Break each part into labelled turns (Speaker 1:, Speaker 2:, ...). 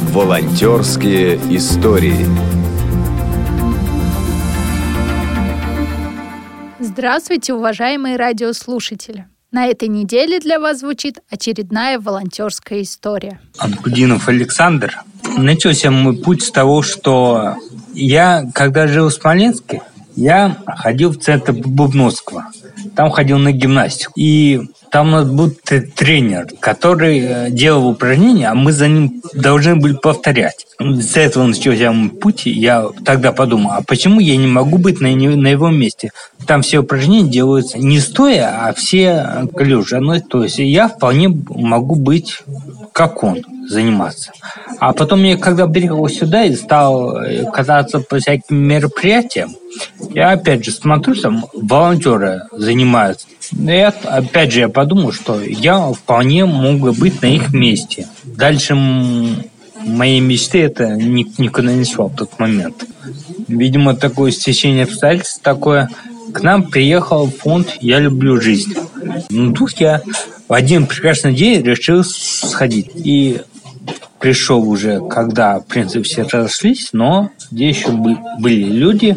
Speaker 1: Волонтерские истории.
Speaker 2: Здравствуйте, уважаемые радиослушатели! На этой неделе для вас звучит очередная волонтерская история.
Speaker 3: Анкудинов Александр. Начался мой путь с того, что я, когда жил в Смоленске, я ходил в центр Бубновского. Там ходил на гимнастику. И там у нас был тренер, который делал упражнения, а мы за ним должны были повторять. С этого начался мой путь. Я тогда подумал, а почему я не могу быть на его месте? Там все упражнения делаются не стоя, а все лежа. То есть я вполне могу быть как он, заниматься. А потом я, когда приехал сюда и стал кататься по всяким мероприятиям, я опять же смотрю, там волонтеры занимаются. И опять же я подумал, что я вполне мог бы быть на их месте. Дальше моей мечты это никуда не шло в тот момент. Видимо, такое стечение обстоятельств такое. К нам приехал фонд «Я люблю жизнь». Тут я в один прекрасный день решил сходить. И пришел уже, когда, в принципе, все разошлись, но где еще были люди.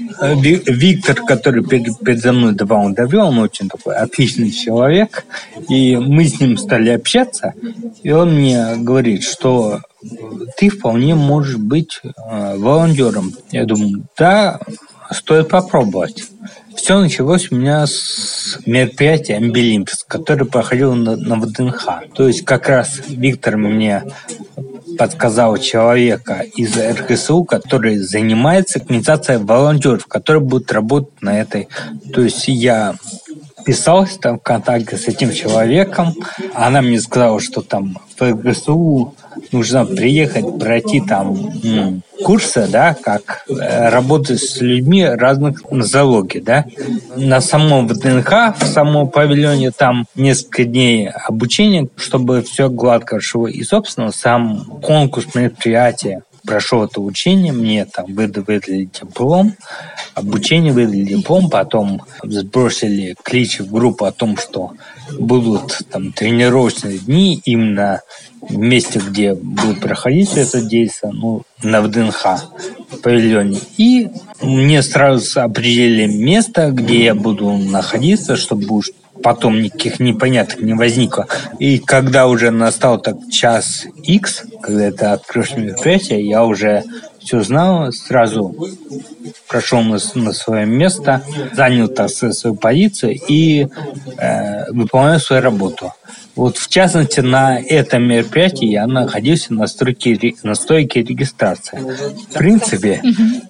Speaker 3: Виктор, который передо мной давал интервью, он очень такой отличный человек. И мы с ним стали общаться. И он мне говорит, что ты вполне можешь быть волонтером. Я думаю, да, стоит попробовать. Все началось у меня с мероприятия «Амбилимпс», которое проходило на ВДНХ. То есть как раз Виктор мне подсказал человека из РКСУ, который занимается организацией волонтеров, которые будут работать на этой. То есть я писался там в контакте с этим человеком. Она мне сказала, что там в РКСУ нужно приехать, пройти там курсы, да, как работать с людьми разных нозологий, да. На самом ВДНХ, в самом павильоне, там несколько дней обучения, чтобы все гладко шло. И, собственно, сам конкурс мероприятия. Прошел это учение, мне там выдали диплом, обучение выдали диплом, потом сбросили клич в группу о том, что будут там тренировочные дни именно в месте, где будет проходить это действие, на ВДНХ, в павильоне. И мне сразу определили место, где я буду находиться, чтобы уж потом никаких непоняток не возникло. И когда уже настал так час X, когда это открылось мероприятие, я уже все знал, сразу прошел на свое место, занял, так сказать, свою позицию и выполнял свою работу. Вот в частности, на этом мероприятии я находился на стойке регистрации. В принципе,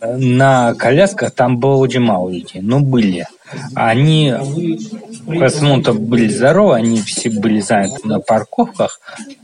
Speaker 3: на колясках там было очень мало людей, но были. Они в основном-то были здоровы, они все были заняты на парковках.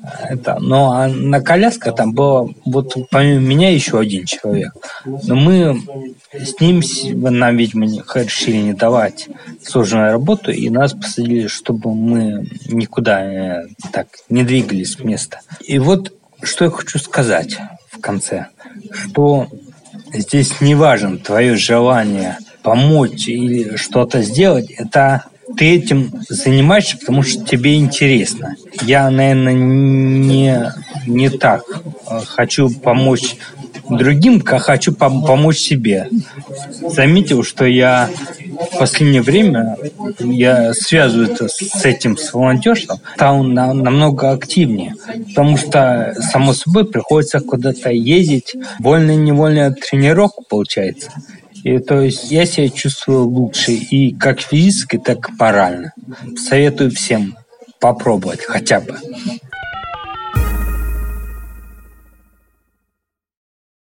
Speaker 3: Но на колясках там было, вот помимо меня, еще один человек. Но мы с ним, нам, видимо, решили не давать сложную работу, и нас посадили, чтобы мы никуда так не двигались с места. И вот что я хочу сказать в конце, что здесь не важно твое желание помочь или что-то сделать, это ты этим занимаешься, потому что тебе интересно. Я, наверное, не так хочу помочь другим, как хочу помочь себе. Заметил, что я в последнее время я связываю это с этим, с волонтерством, стал намного активнее, потому что, само собой, приходится куда-то ездить, вольно-невольная тренировка получается. И то есть я себя чувствую лучше и как физически, так и морально. Советую всем попробовать хотя бы.